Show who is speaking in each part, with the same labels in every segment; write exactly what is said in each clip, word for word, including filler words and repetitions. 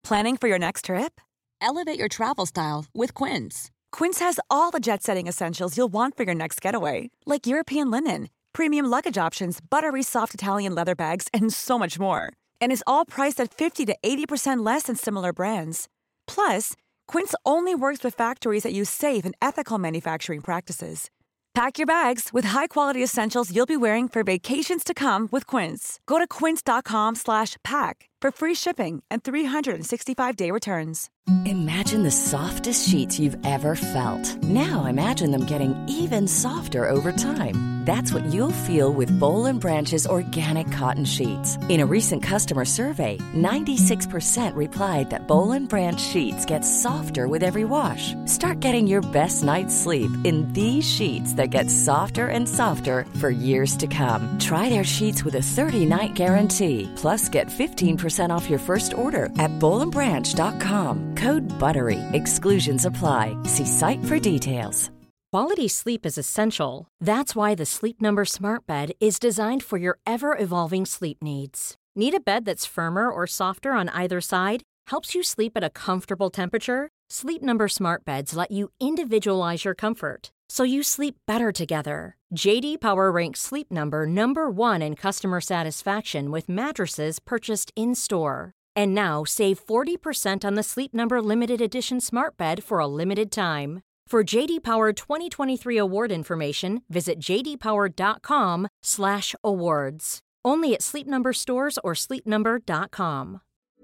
Speaker 1: Planning for your next trip?
Speaker 2: Elevate your travel style with Quince.
Speaker 1: Quince has all the jet-setting essentials you'll want for your next getaway, like European linen, premium luggage options, buttery soft Italian leather bags, and so much more. And is all priced at fifty to eighty percent less than similar brands. Plus, Quince only works with factories that use safe and ethical manufacturing practices. Pack your bags with high-quality essentials you'll be wearing for vacations to come with Quince. Go to quince.com slash pack for free shipping and three sixty-five day returns.
Speaker 3: Imagine the softest sheets you've ever felt. Now imagine them getting even softer over time. That's what you'll feel with Boll and Branch's organic cotton sheets. In a recent customer survey, ninety-six percent replied that Boll and Branch sheets get softer with every wash. Start getting your best night's sleep in these sheets that get softer and softer for years to come. Try their sheets with a thirty-night guarantee. Plus, get fifteen percent off your first order at boll and branch dot com. Code BUTTERY. Exclusions apply. See site for details.
Speaker 4: Quality sleep is essential. That's why the Sleep Number Smart Bed is designed for your ever-evolving sleep needs. Need a bed that's firmer or softer on either side? Helps you sleep at a comfortable temperature? Sleep Number Smart Beds let you individualize your comfort, so you sleep better together. J D Power ranks Sleep Number number one in customer satisfaction with mattresses purchased in-store. And now save forty percent on the Sleep Number Limited Edition Smart Bed for a limited time. For J D Power twenty twenty-three award information, visit jdpower.com slash awards. Only at Sleep Number stores or sleep number dot com.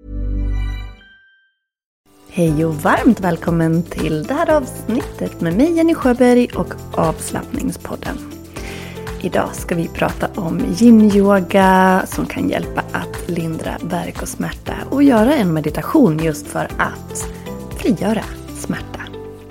Speaker 5: Hej och varmt välkommen till det här avsnittet med mig Jenny Sjöberg och avslappningspodden. Idag ska vi prata om yin-yoga som kan hjälpa att lindra värk och smärta och göra en meditation just för att frigöra smärta.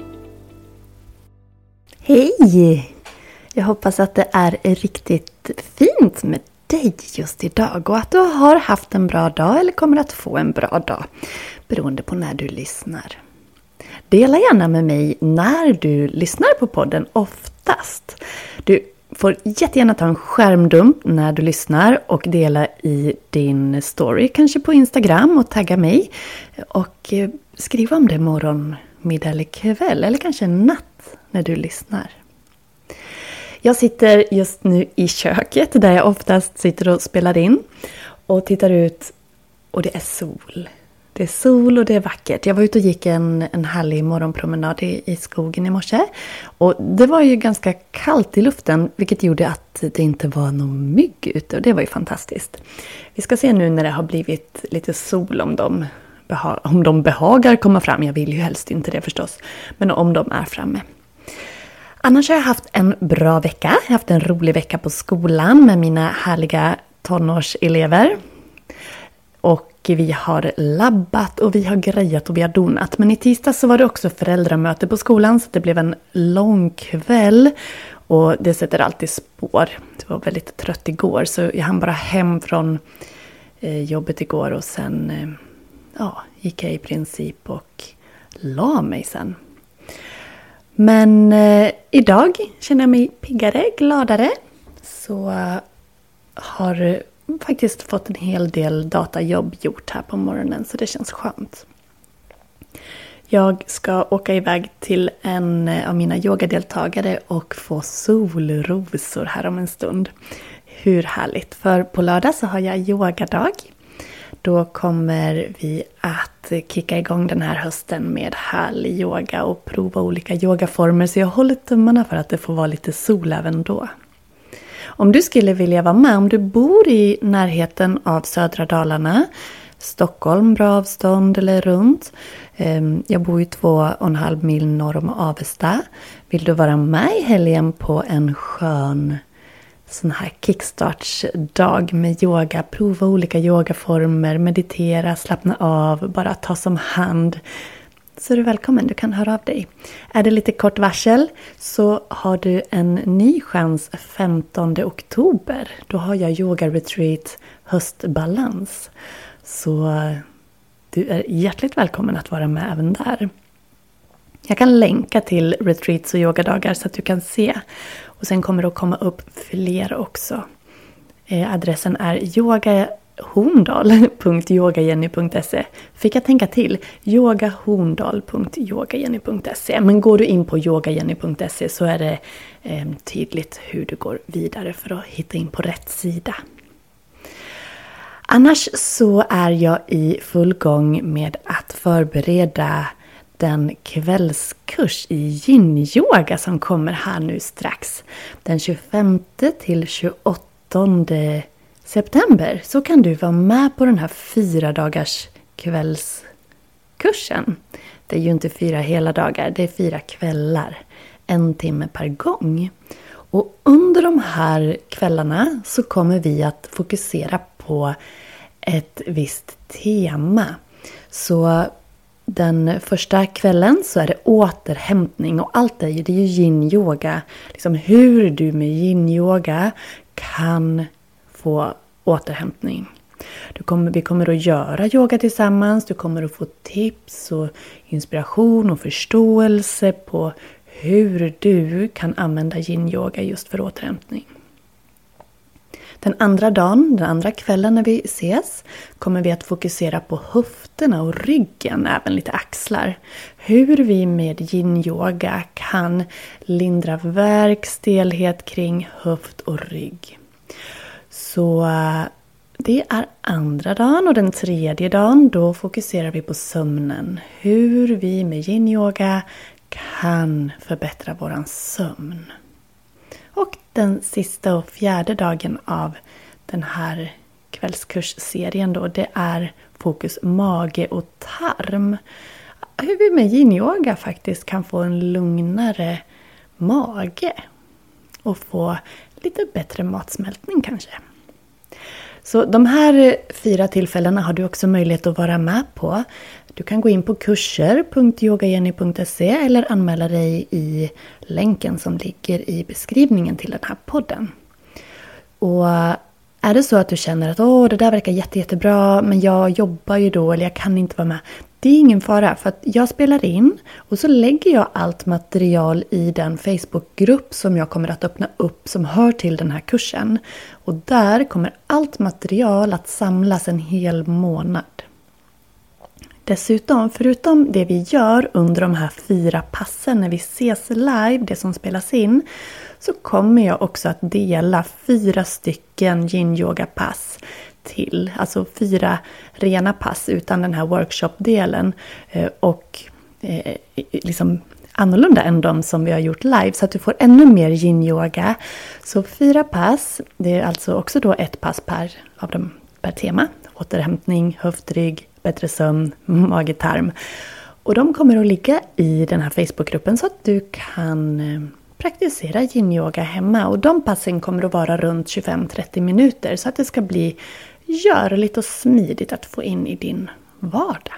Speaker 5: Hej! Jag hoppas att det är riktigt fint med dig just idag och att du har haft en bra dag eller kommer att få en bra dag beroende på när du lyssnar. Dela gärna med mig när du lyssnar på podden oftast. Du får jättegärna ta en skärmdump när du lyssnar och dela i din story, kanske på Instagram, och tagga mig. Och skriva om det morgon, middag eller kväll eller kanske natt när du lyssnar. Jag sitter just nu i köket där jag oftast sitter och spelar in och tittar ut och det är sol. Det är sol och det är vackert. Jag var ute och gick en, en härlig morgonpromenad i, i skogen i morse. Och det var ju ganska kallt i luften, vilket gjorde att det inte var någon mygg ute. Och det var ju fantastiskt. Vi ska se nu när det har blivit lite sol om de, beha- om de behagar komma fram. Jag vill ju helst inte det förstås. Men om de är framme. Annars har jag haft en bra vecka. Jag har haft en rolig vecka på skolan med mina härliga tonårselever. Och vi har labbat och vi har grejat och vi har donat. Men i tisdag så var det också föräldramöte på skolan så det blev en lång kväll. Och det sätter alltid spår. Jag var väldigt trött igår så jag hann bara hem från eh, jobbet igår. Och sen eh, ja, gick jag i princip och la mig sen. Men eh, idag känner jag mig piggare, gladare. Så eh, har faktiskt fått en hel del datajobb gjort här på morgonen så det känns skönt. Jag ska åka iväg till en av mina yogadeltagare och få solrosor här om en stund. Hur härligt, för på lördag så har jag yogadag. Då kommer vi att kicka igång den här hösten med härlig yoga och prova olika yogaformer. Så jag håller tummarna för att det får vara lite sol även då. Om du skulle vilja vara med, om du bor i närheten av södra Dalarna, Stockholm, bra avstånd eller runt. Jag bor ju två och en halv mil norr om Avesta. Vill du vara med i helgen på en skön sån här kickstartsdag med yoga, prova olika yogaformer, meditera, slappna av, bara ta som hand. Så är du välkommen, du kan höra av dig. Är det lite kort varsel så har du en ny chans femtonde oktober. Då har jag yoga retreat höstbalans. Så du är hjärtligt välkommen att vara med även där. Jag kan länka till retreats och yogadagar så att du kan se. Och sen kommer det att komma upp fler också. Eh, adressen är yoga yogahorndal punkt yogajenny punkt se. Fick jag tänka till, yogahorndal punkt yogajenny punkt se. Men går du in på yogajenny punkt se så är det eh, tydligt hur du går vidare för att hitta in på rätt sida. Annars så är jag i full gång med att förbereda den kvällskurs i yin-yoga som kommer här nu strax. Den tjugofemte till tjugoåttonde september så kan du vara med på den här fyra dagars kvällskursen. Det är ju inte fyra hela dagar, det är fyra kvällar. En timme per gång. Och under de här kvällarna så kommer vi att fokusera på ett visst tema. Så den första kvällen så är det återhämtning och allt det, det är ju yin-yoga. Liksom hur du med yin-yoga kan få återhämtning. Du kommer, vi kommer att göra yoga tillsammans, du kommer att få tips och inspiration och förståelse på hur du kan använda yin-yoga just för återhämtning. Den andra dagen, den andra kvällen när vi ses, kommer vi att fokusera på höfterna och ryggen, även lite axlar. Hur vi med yin-yoga kan lindra värk, stelhet kring höft och rygg. Så det är andra dagen, och den tredje dagen då fokuserar vi på sömnen. Hur vi med yin-yoga kan förbättra våran sömn. Och den sista och fjärde dagen av den här kvällskursserien då, det är fokus mage och tarm. Hur vi med yin-yoga faktiskt kan få en lugnare mage och få lite bättre matsmältning kanske. Så de här fyra tillfällena har du också möjlighet att vara med på. Du kan gå in på kurser punkt yogajenny punkt se eller anmäla dig i länken som ligger i beskrivningen till den här podden. Och är det så att du känner att åh, det där verkar jätte, jättebra, men jag jobbar ju då eller jag kan inte vara med. Det är ingen fara, för att jag spelar in och så lägger jag allt material i den Facebookgrupp som jag kommer att öppna upp som hör till den här kursen. Och där kommer allt material att samlas en hel månad. Dessutom, förutom det vi gör under de här fyra passen när vi ses live, det som spelas in, så kommer jag också att dela fyra stycken yin-yoga-pass till. Alltså fyra rena pass utan den här workshop-delen och eh, liksom annorlunda än de som vi har gjort live, så att du får ännu mer yin-yoga. Så fyra pass, det är alltså också då ett pass per, av dem, per tema. Återhämtning, höftrygg, bättre sömn, mage-tarm. Och de kommer att ligga i den här Facebookgruppen så att du kan praktisera yin-yoga hemma. Och de passen kommer att vara runt tjugofem till trettio minuter så att det ska bli görligt och smidigt att få in i din vardag.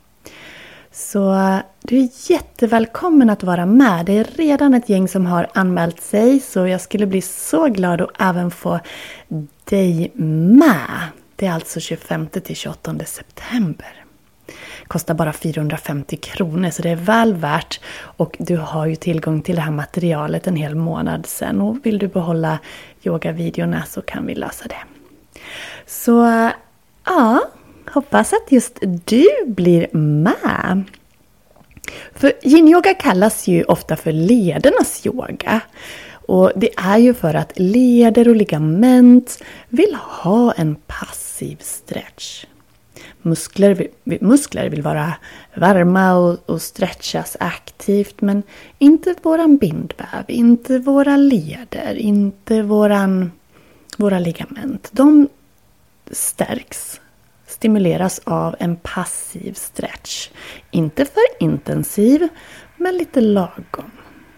Speaker 5: Så du är jättevälkommen att vara med. Det är redan ett gäng som har anmält sig, så jag skulle bli så glad att även få dig med. Det är alltså tjugofemte till tjugoåttonde september. Kostar bara fyrahundrafemtio kronor, så det är väl värt. Och du har ju tillgång till det här materialet en hel månad sen. Och vill du behålla yogavideorna så kan vi lösa det. Så ja, hoppas att just du blir med. För yin-yoga kallas ju ofta för ledernas yoga. Och det är ju för att leder och ligament vill ha en passiv stretch. Muskler, muskler vill vara varma och, och stretchas aktivt, men inte våran bindväv, inte våra leder, inte våran, våra ligament. De stärks, stimuleras av en passiv stretch. Inte för intensiv, men lite lagom.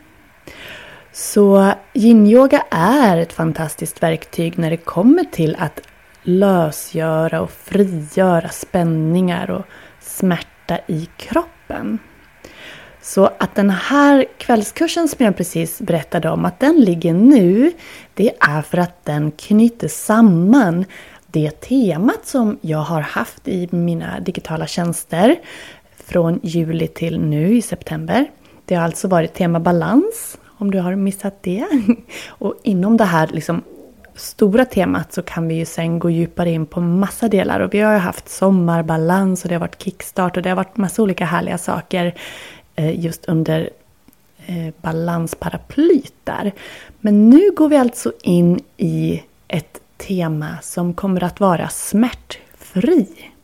Speaker 5: Så yin-yoga är ett fantastiskt verktyg när det kommer till att lösgöra och frigöra spänningar och smärta i kroppen. Så att den här kvällskursen som jag precis berättade om, att den ligger nu, det är för att den knyter samman det temat som jag har haft i mina digitala tjänster från juli till nu i september. Det har alltså varit tema balans, om du har missat det. Och inom det här liksom stora temat så kan vi ju sen gå djupare in på massa delar. Och vi har ju haft sommarbalans och det har varit kickstart och det har varit massa olika härliga saker just under balansparaplyt där. Men nu går vi alltså in i ett tema som kommer att vara smärtfri.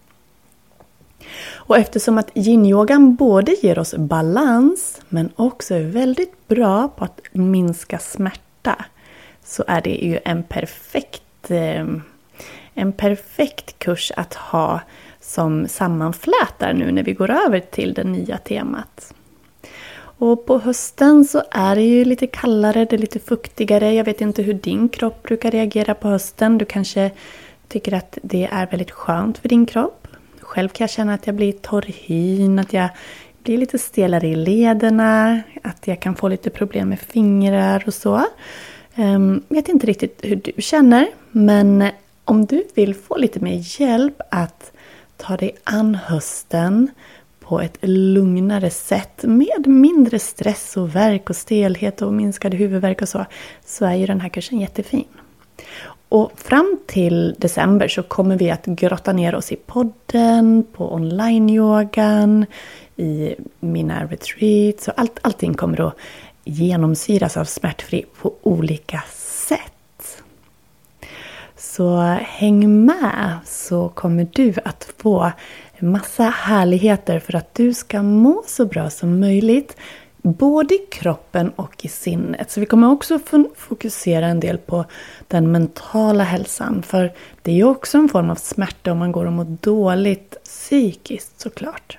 Speaker 5: Och eftersom att yin-yogan både ger oss balans men också är väldigt bra på att minska smärta, så är det ju en perfekt, en perfekt kurs att ha som sammanflätar nu när vi går över till det nya temat. Och på hösten så är det ju lite kallare, det är lite fuktigare. Jag vet inte hur din kropp brukar reagera på hösten. Du kanske tycker att det är väldigt skönt för din kropp. Själv kan jag känna att jag blir torr i hyn, att jag blir lite stelare i lederna, att jag kan få lite problem med fingrar och så. Jag vet inte riktigt hur du känner, men om du vill få lite mer hjälp att ta dig an hösten på ett lugnare sätt med mindre stress och värk och stelhet och minskad huvudvärk och så, så är ju den här kursen jättefin. Och fram till december så kommer vi att grotta ner oss i podden, på online-yogan, i mina retreats och allt, allting kommer att genomsyras av smärtfri på olika sätt. Så häng med så kommer du att få en massa härligheter för att du ska må så bra som möjligt. Både i kroppen och i sinnet. Så vi kommer också fokusera en del på den mentala hälsan. För det är ju också en form av smärta om man går och mår dåligt psykiskt såklart.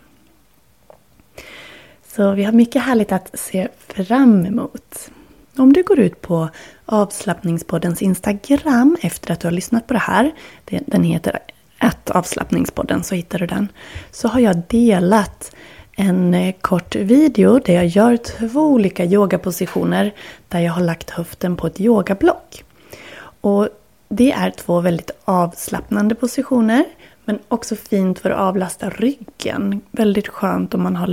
Speaker 5: Så vi har mycket härligt att se fram emot. Om du går ut på Avslappningspoddens Instagram efter att du har lyssnat på det här. Den heter att Avslappningspodden, så hittar du den. Så har jag delat en kort video där jag gör två olika yogapositioner där jag har lagt höften på ett yogablock. Och det är två väldigt avslappnande positioner, men också fint för att avlasta ryggen. Väldigt skönt om man har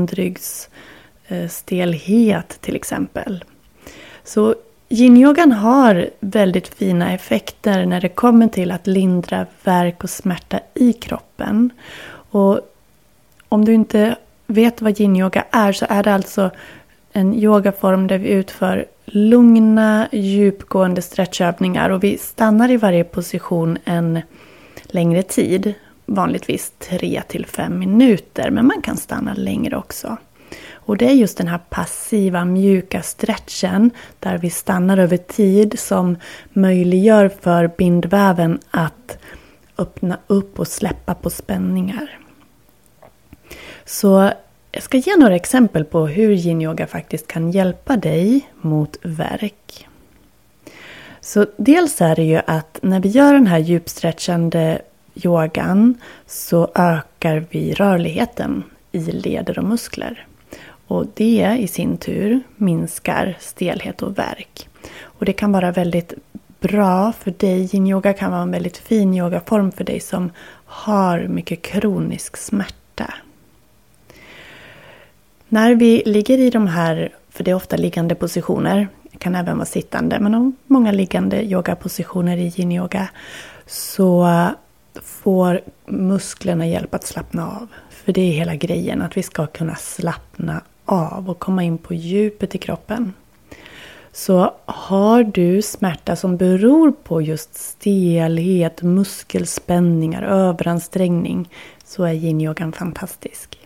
Speaker 5: ländryggsstelhet till exempel. Så yin-yogan har väldigt fina effekter när det kommer till att lindra värk och smärta i kroppen. Och om du inte vet vad yin-yoga är, så är det alltså en yogaform där vi utför lugna, djupgående stretchövningar. Och vi stannar i varje position en längre tid. Vanligtvis tre till fem minuter, men man kan stanna längre också. Och det är just den här passiva, mjuka stretchen där vi stannar över tid som möjliggör för bindväven att öppna upp och släppa på spänningar. Så jag ska ge några exempel på hur yin-yoga faktiskt kan hjälpa dig mot värk. Så dels är det ju att när vi gör den här djupstretchande yogan så ökar vi rörligheten i leder och muskler. Och det i sin tur minskar stelhet och värk. Och det kan vara väldigt bra för dig. Yin-yoga kan vara en väldigt fin yogaform för dig som har mycket kronisk smärta. När vi ligger i de här, för det är ofta liggande positioner, det kan även vara sittande, men många liggande yogapositioner i yin-yoga, så får musklerna hjälp att slappna av. För det är hela grejen, att vi ska kunna slappna av och komma in på djupet i kroppen. Så har du smärta som beror på just stelhet, muskelspänningar, överansträngning, så är yin-yogan fantastisk.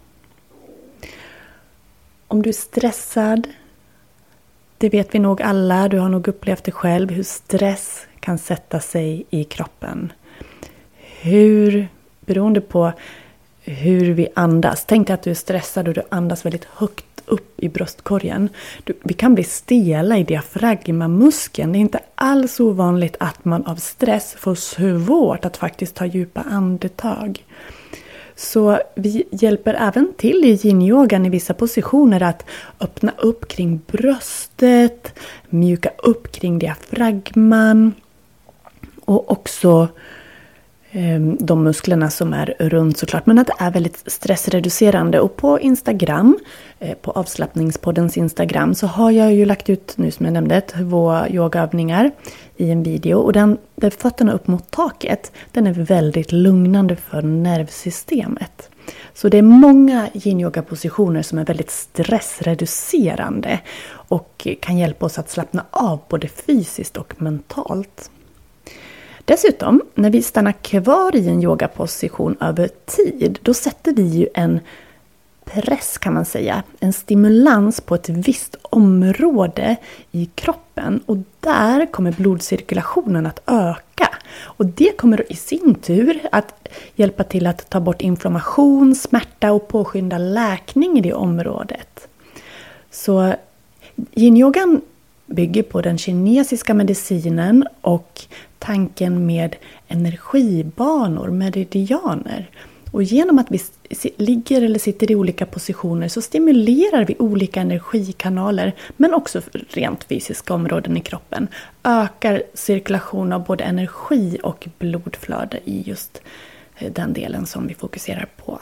Speaker 5: Om du är stressad, det vet vi nog alla, du har nog upplevt det själv, hur stress kan sätta sig i kroppen. Hur, beroende på hur vi andas. Tänk dig att du är stressad och du andas väldigt högt upp i bröstkorgen. Du, vi kan bli stela i diafragmamuskeln. Det är inte alls ovanligt att man av stress får svårt att faktiskt ta djupa andetag. Så vi hjälper även till i yin-yogan i vissa positioner att öppna upp kring bröstet, mjuka upp kring diafragman och också de musklerna som är runt såklart. Men att det är väldigt stressreducerande. Och på Instagram, på avslappningspoddens Instagram, så har jag ju lagt ut, nu som jag nämnde, två yogaövningar i en video. Och den, där fötterna upp mot taket, den är väldigt lugnande för nervsystemet. Så det är många yin-yoga-positioner som är väldigt stressreducerande och kan hjälpa oss att slappna av både fysiskt och mentalt. Dessutom, när vi stannar kvar i en yogaposition över tid, då sätter vi ju en press, kan man säga, en stimulans på ett visst område i kroppen, och där kommer blodcirkulationen att öka. Och det kommer i sin tur att hjälpa till att ta bort inflammation, smärta och påskynda läkning i det området. Så yin-yogan bygger på den kinesiska medicinen och tanken med energibanor, meridianer. Och genom att vi ligger eller sitter i olika positioner så stimulerar vi olika energikanaler, men också rent fysiska områden i kroppen. Ökar cirkulation av både energi och blodflöde i just den delen som vi fokuserar på.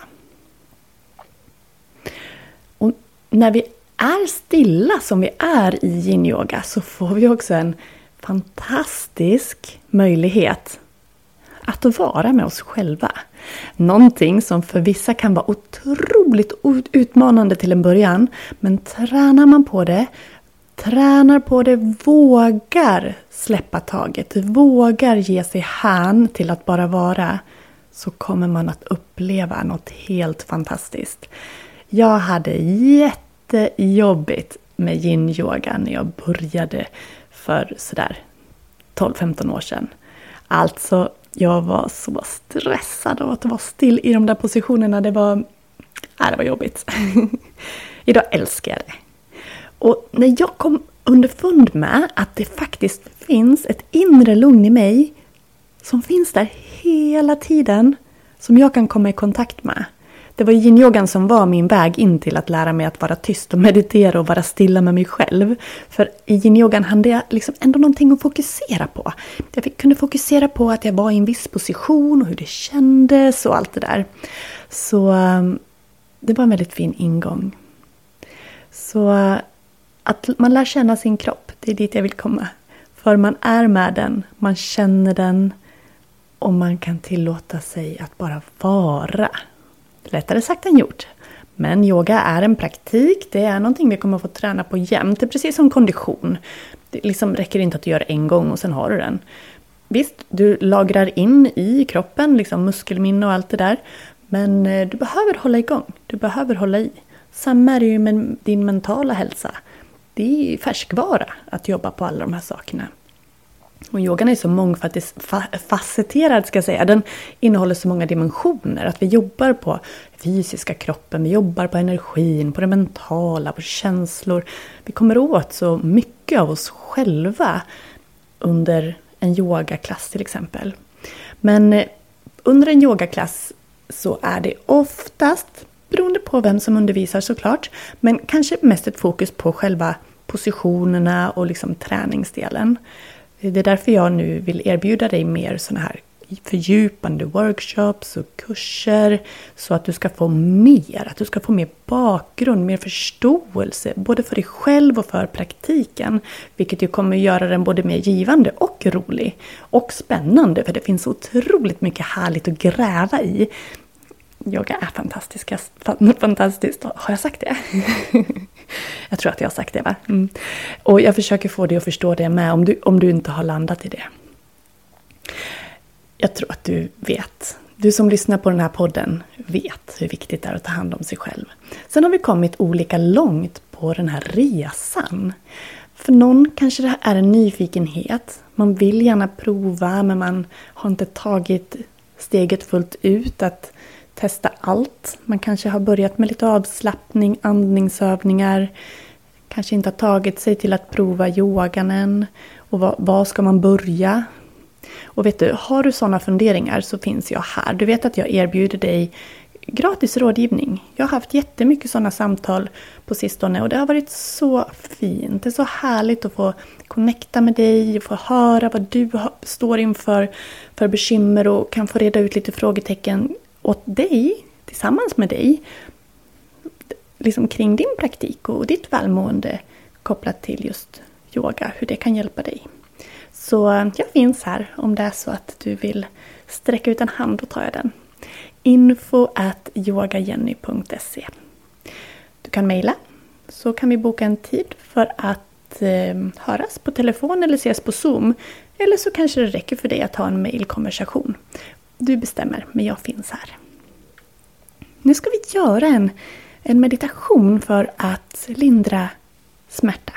Speaker 5: Och när vi är stilla som vi är i yin-yoga så får vi också en fantastisk möjlighet att vara med oss själva. Någonting som för vissa kan vara otroligt utmanande till en början. Men tränar man på det, tränar på det, vågar släppa taget, vågar ge sig hän till att bara vara, så kommer man att uppleva något helt fantastiskt. Jag hade jättejobbigt med yin-yoga när jag började för sådär tolv femton år sedan. Alltså, jag var så stressad av att vara still i de där positionerna. Det var, nej, det var jobbigt. Idag älskar jag det. Och när jag kom underfund med att det faktiskt finns ett inre lugn i mig som finns där hela tiden, som jag kan komma i kontakt med. Det var yin-yogan som var min väg in till att lära mig att vara tyst och meditera och vara stilla med mig själv. För i yin-yogan hade jag liksom ändå någonting att fokusera på. Jag kunde fokusera på att jag var i en viss position och hur det kändes och allt det där. Så det var en väldigt fin ingång. Så att man lär känna sin kropp, det är dit jag vill komma. För man är med den, man känner den och man kan tillåta sig att bara vara. Lättare sagt än gjort. Men yoga är en praktik. Det är någonting vi kommer att få träna på jämt. Det är precis som kondition. Det liksom räcker inte att du gör en gång och sen har du den. Visst, du lagrar in i kroppen liksom muskelminne och allt det där. Men du behöver hålla igång. Du behöver hålla i. Samma är det ju med din mentala hälsa. Det är färskvara att jobba på alla de här sakerna. Och yogan är så mångfacetterad, ska jag säga. Den innehåller så många dimensioner. Att vi jobbar på fysiska kroppen, vi jobbar på energin, på det mentala, på känslor. Vi kommer åt så mycket av oss själva under en yogaklass till exempel. Men under en yogaklass så är det oftast, beroende på vem som undervisar såklart, men kanske mest ett fokus på själva positionerna och liksom träningsdelen. Det är därför jag nu vill erbjuda dig mer såna här fördjupande workshops och kurser. Så att du ska få mer, att du ska få mer bakgrund, mer förståelse. Både för dig själv och för praktiken. Vilket ju kommer göra den både mer givande och rolig. Och spännande, för det finns otroligt mycket härligt att gräva i. Yoga är fantastiska, fantastiskt. Har jag sagt det? Jag tror att jag har sagt det, va? Mm. Och jag försöker få dig att förstå det med om du, om du inte har landat i det. Jag tror att du vet. Du som lyssnar på den här podden vet hur viktigt det är att ta hand om sig själv. Sen har vi kommit olika långt på den här resan. För någon kanske det är en nyfikenhet. Man vill gärna prova, men man har inte tagit steget fullt ut att testa allt. Man kanske har börjat med lite avslappning, andningsövningar. Kanske inte har tagit sig till att prova yogan än. Och vad, vad ska man börja? Och vet du, har du sådana funderingar så finns jag här. Du vet att jag erbjuder dig gratis rådgivning. Jag har haft jättemycket sådana samtal på sistone och det har varit så fint. Det är så härligt att få connecta med dig och få höra vad du står inför för bekymmer och kan få reda ut lite frågetecken åt dig, tillsammans med dig. Liksom kring din praktik och ditt välmående kopplat till just yoga, hur det kan hjälpa dig. Så jag finns här om det är så att du vill sträcka ut en hand, och tar jag den. info at yogajenny punkt se. Du kan mejla, så kan vi boka en tid för att eh, höras på telefon eller ses på Zoom. Eller så kanske det räcker för dig att ha en mejlkonversation. Du bestämmer, men jag finns här. Nu ska vi göra en, en meditation för att lindra smärta.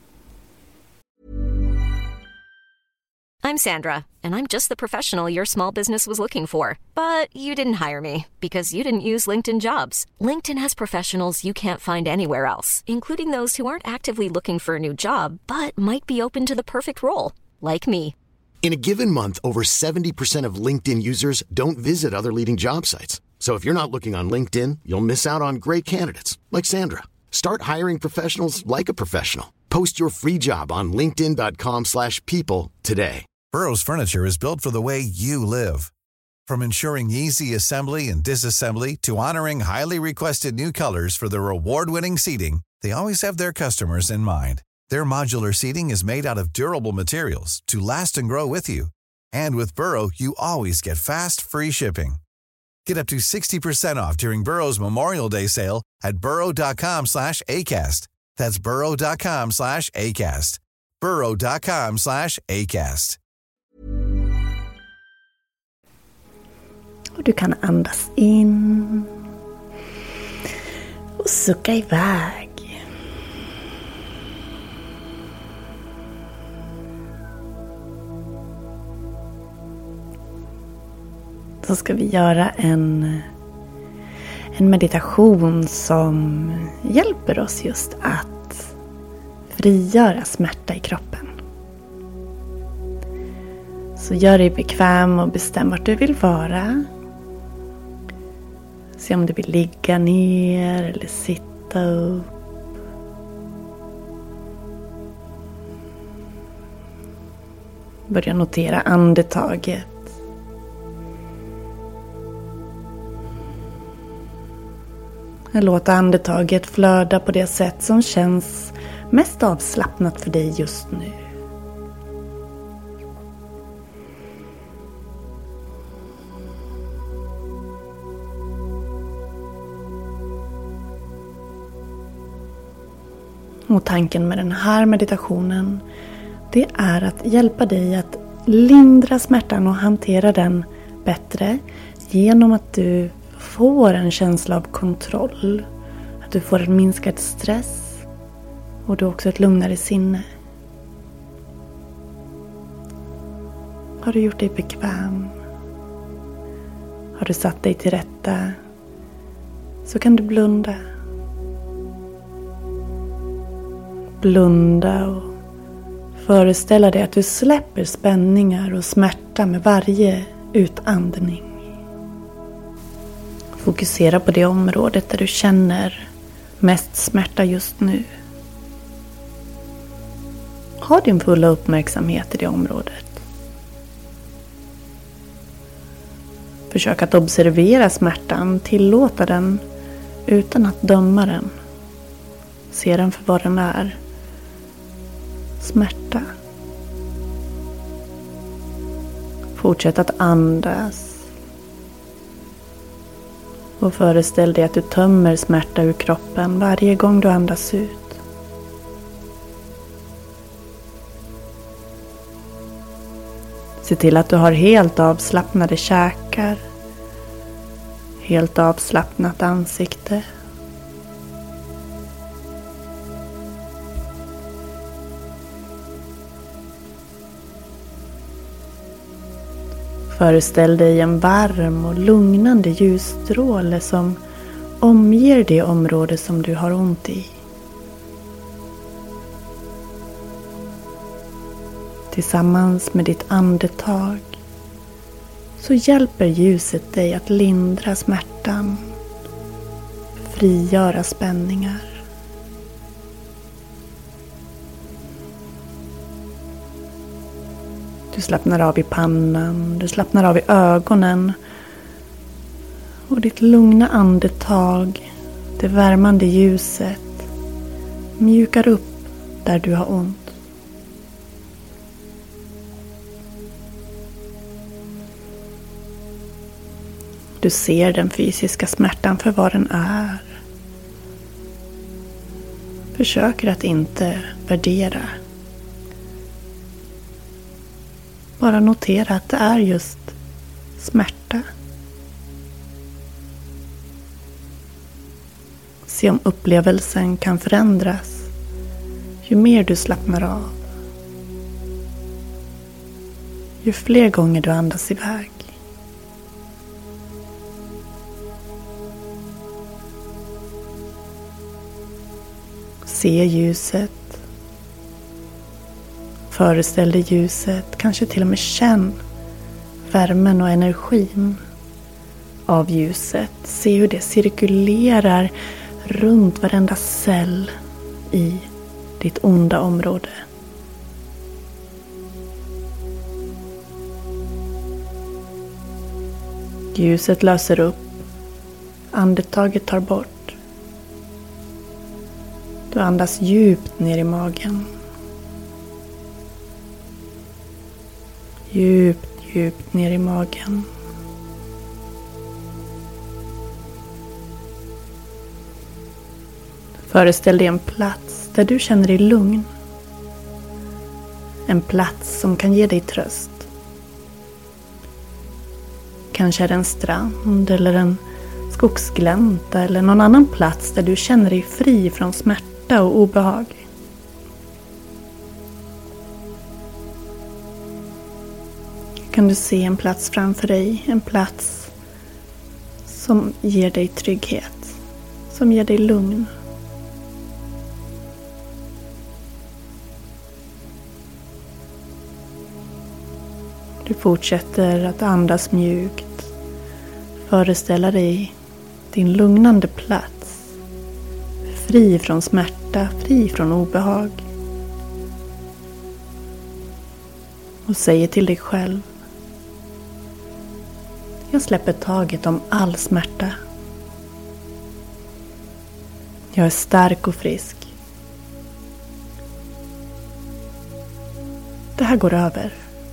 Speaker 2: I'm Sandra, and I'm just the professional your small business was looking for. But you didn't hire me because you didn't use LinkedIn Jobs. LinkedIn has professionals you can't find anywhere else, including those who aren't actively looking for a new job, but might be open to the perfect role, like me.
Speaker 6: In a given month, over seventy percent of LinkedIn users don't visit other leading job sites. So if you're not looking on LinkedIn, you'll miss out on great candidates, like Sandra. Start hiring professionals like a professional. Post your free job on linkedin dot com slash people today.
Speaker 7: Burrow's furniture is built for the way you live. From ensuring easy assembly and disassembly to honoring highly requested new colors for their award-winning seating, they always have their customers in mind. Their modular seating is made out of durable materials to last and grow with you. And with Burrow, you always get fast, free shipping. Get up to sixty percent off during Burrow's Memorial Day sale at burrow dot com slash acast. That's burrow dot com slash acast. burrow dot com slash acast.
Speaker 5: Och du kan andas in och sucka iväg. Så ska vi göra en, en meditation som hjälper oss just att frigöra smärta i kroppen. Så gör dig bekväm och bestäm vart du vill vara. Se om du vill ligga ner eller sitta upp. Börja notera andetaget. Låt andetaget flöda på det sätt som känns mest avslappnat för dig just nu. Och tanken med den här meditationen, det är att hjälpa dig att lindra smärtan och hantera den bättre genom att du får en känsla av kontroll. Att du får en minskad stress och du också ett lugnare sinne. Har du gjort dig bekväm? Har du satt dig till rätta? Så kan du blunda. Blunda och föreställa dig att du släpper spänningar och smärta med varje utandning. Fokusera på det området där du känner mest smärta just nu. Ha din fulla uppmärksamhet i det området. Försök att observera smärtan, tillåta den utan att döma den. Se den för vad den är. Smärta. Fortsätt att andas. Och föreställ dig att du tömmer smärta ur kroppen varje gång du andas ut. Se till att du har helt avslappnade käkar. Helt avslappnat ansikte. Föreställ dig en varm och lugnande ljusstråle som omger det område som du har ont i. Tillsammans med ditt andetag så hjälper ljuset dig att lindra smärtan frigöra spänningar. Du slappnar av i pannan, du slappnar av i ögonen. Och ditt lugna andetag, det värmande ljuset, mjukar upp där du har ont. Du ser den fysiska smärtan för vad den är. Försöker att inte värdera. Bara notera att det är just smärta. Se om upplevelsen kan förändras ju mer du slappnar av. Ju fler gånger du andas iväg. Se ljuset. Föreställ dig ljuset. Kanske till och med känn värmen och energin av ljuset. Se hur det cirkulerar runt varenda cell i ditt onda område. Ljuset löser upp. Andetaget tar bort. Du andas djupt ner i magen. Djupt, djupt ner i magen. Föreställ dig en plats där du känner dig lugn. En plats som kan ge dig tröst. Kanske är det en strand eller en skogsglänta eller någon annan plats där du känner dig fri från smärta och obehag. Kan du se en plats framför dig, en plats som ger dig trygghet, som ger dig lugn. Du fortsätter att andas mjukt. Föreställa dig din lugnande plats. Fri från smärta, fri från obehag. Och säger till dig själv: jag släpper taget om all smärta. Jag är stark och frisk. Det här går över.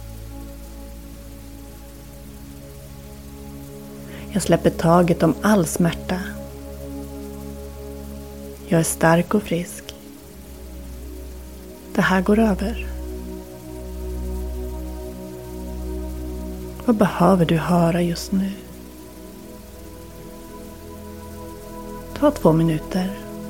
Speaker 5: Jag släpper taget om all smärta. Jag är stark och frisk. Det här går över. Vad behöver du höra just nu? Ta två minuter.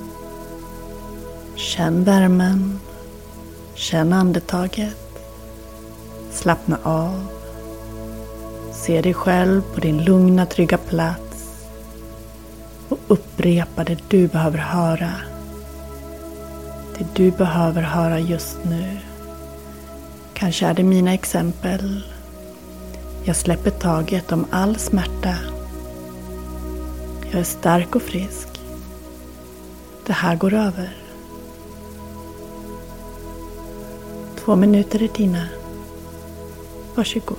Speaker 5: Känn värmen. Känn andetaget. Slappna av. Se dig själv på din lugna, trygga plats. Och upprepa det du behöver höra. Det du behöver höra just nu. Kanske är det mina exempel. Jag släpper taget om all smärta. Jag är stark och frisk. Det här går över. Två minuter är dina. Varsågod.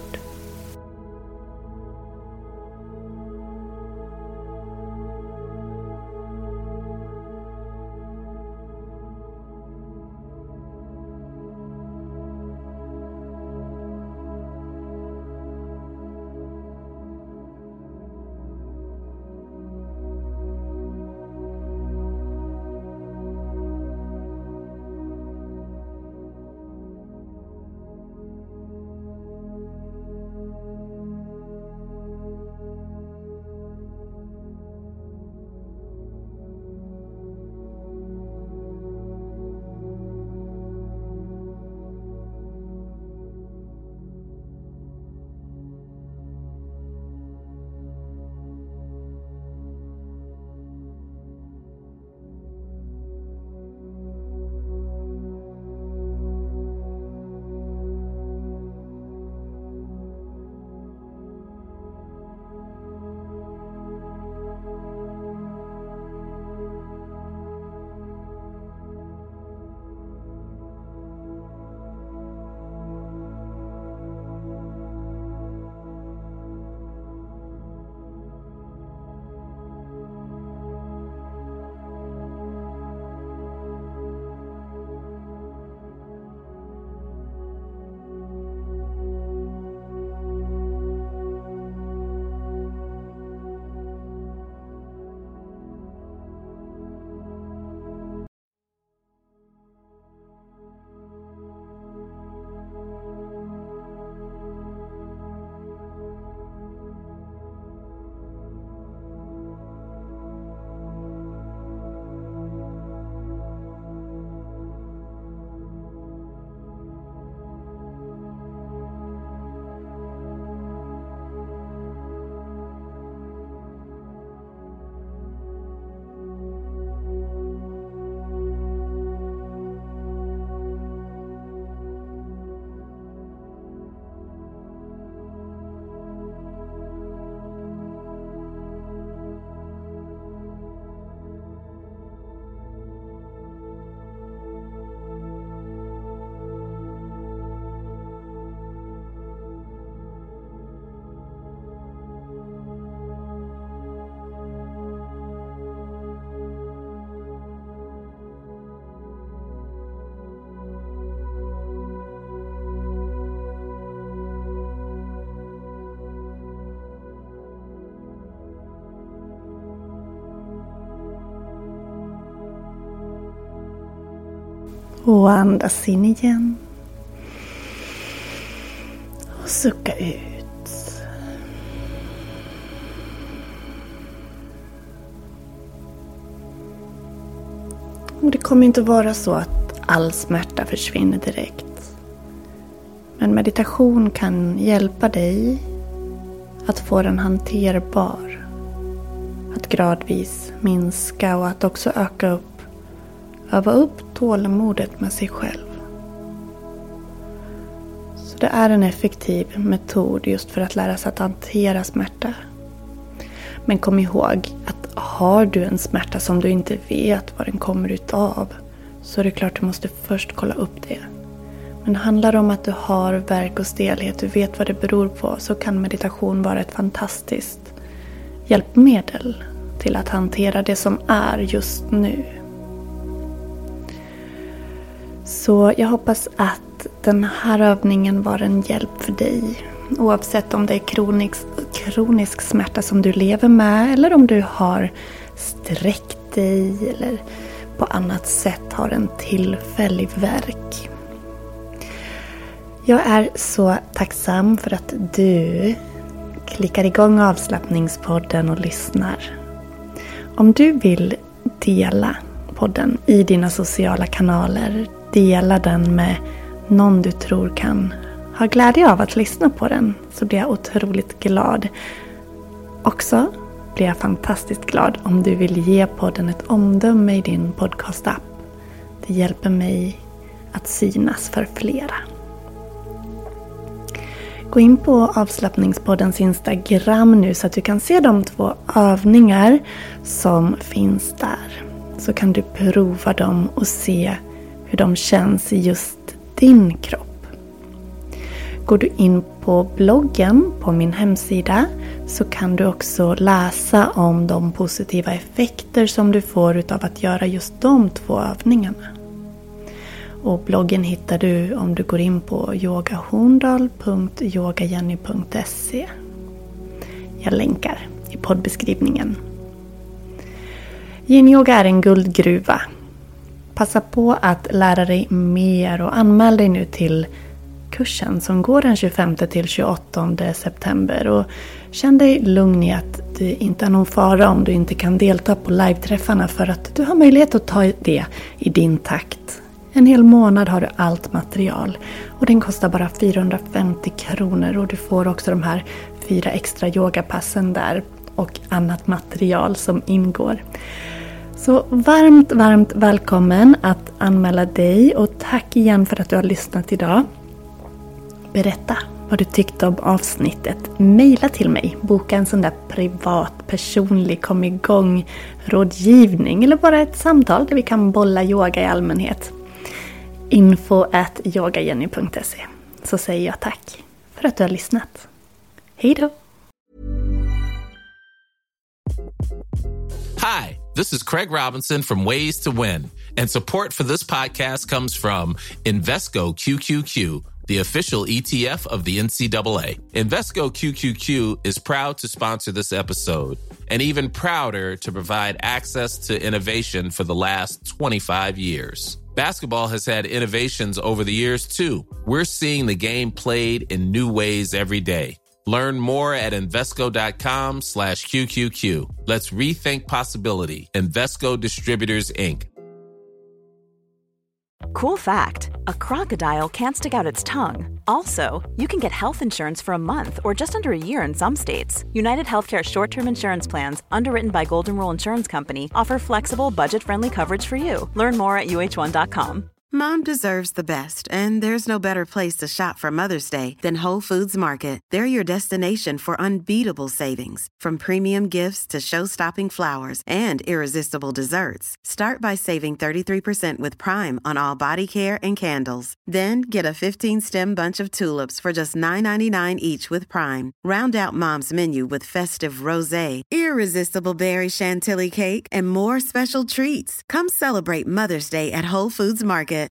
Speaker 5: Och andas in igen. Och sucka ut. Och det kommer inte vara så att all smärta försvinner direkt. Men meditation kan hjälpa dig att få den hanterbar. Att gradvis minska och att också öka upp. Öva upp tålamodet med sig själv. Så det är en effektiv metod just för att lära sig att hantera smärta. Men kom ihåg att har du en smärta som du inte vet vad den kommer utav, så är det klart du måste först kolla upp det. Men handlar det om att du har värk och stelhet, du vet vad det beror på, så kan meditation vara ett fantastiskt hjälpmedel till att hantera det som är just nu. Så jag hoppas att den här övningen var en hjälp för dig. Oavsett om det är kronisk, kronisk smärta som du lever med, eller om du har sträckt dig eller på annat sätt har en tillfällig värk. Jag är så tacksam för att du klickar igång avslappningspodden och lyssnar. Om du vill dela podden i dina sociala kanaler, dela den med någon du tror kan ha glädje av att lyssna på den, så blir jag otroligt glad. Också blir jag fantastiskt glad om du vill ge podden ett omdöme i din podcast-app. Det hjälper mig att synas för flera. Gå in på avslappningspoddens Instagram nu så att du kan se de två övningar som finns där. Så kan du prova dem och se hur de känns i just din kropp. Går du in på bloggen på min hemsida så kan du också läsa om de positiva effekter som du får utav att göra just de två övningarna. Och bloggen hittar du om du går in på yogahorndal punkt yogajenny punkt se. Jag länkar i poddbeskrivningen. Yin-yoga är en guldgruva. Passa på att lära dig mer och anmäl dig nu till kursen som går den tjugofemte till tjugoåttonde september. Och känn dig lugn i att det inte är någon fara om du inte kan delta på live-träffarna, för att du har möjlighet att ta det i din takt. En hel månad har du allt material och den kostar bara fyrahundrafemtio kronor, och du får också de här fyra extra yogapassen där och annat material som ingår. Så varmt, varmt välkommen att anmäla dig, och tack igen för att du har lyssnat idag. Berätta vad du tyckte om avsnittet. Maila till mig. Boka en sån där privat, personlig, kom igång rådgivning eller bara ett samtal där vi kan bolla yoga i allmänhet. info at yogajenny punkt se. Så säger jag tack för att du har lyssnat. Hej då!
Speaker 8: Hi, this is Craig Robinson from Ways to Win, and support for this podcast comes from Invesco Q Q Q, the official E T F of the N C double A. Invesco Q Q Q is proud to sponsor this episode, and even prouder to provide access to innovation for the last twenty-five years. Basketball has had innovations over the years, too. We're seeing the game played in new ways every day. Learn more at Invesco.com slash QQQ. Let's rethink possibility. Invesco Distributors, Incorporated.
Speaker 1: Cool fact, a crocodile can't stick out its tongue. Also, you can get health insurance for a month or just under a year in some states. United Healthcare short-term insurance plans, underwritten by Golden Rule Insurance Company, offer flexible, budget-friendly coverage for you. Learn more at U H one dot com.
Speaker 9: Mom deserves the best, and there's no better place to shop for Mother's Day than Whole Foods Market. They're your destination for unbeatable savings, from premium gifts to show-stopping flowers and irresistible desserts. Start by saving thirty-three percent with Prime on all body care and candles. Then get a fifteen-stem bunch of tulips for just nine ninety-nine each with Prime. Round out Mom's menu with festive rosé, irresistible berry chantilly cake, and more special treats. Come celebrate Mother's Day at Whole Foods Market.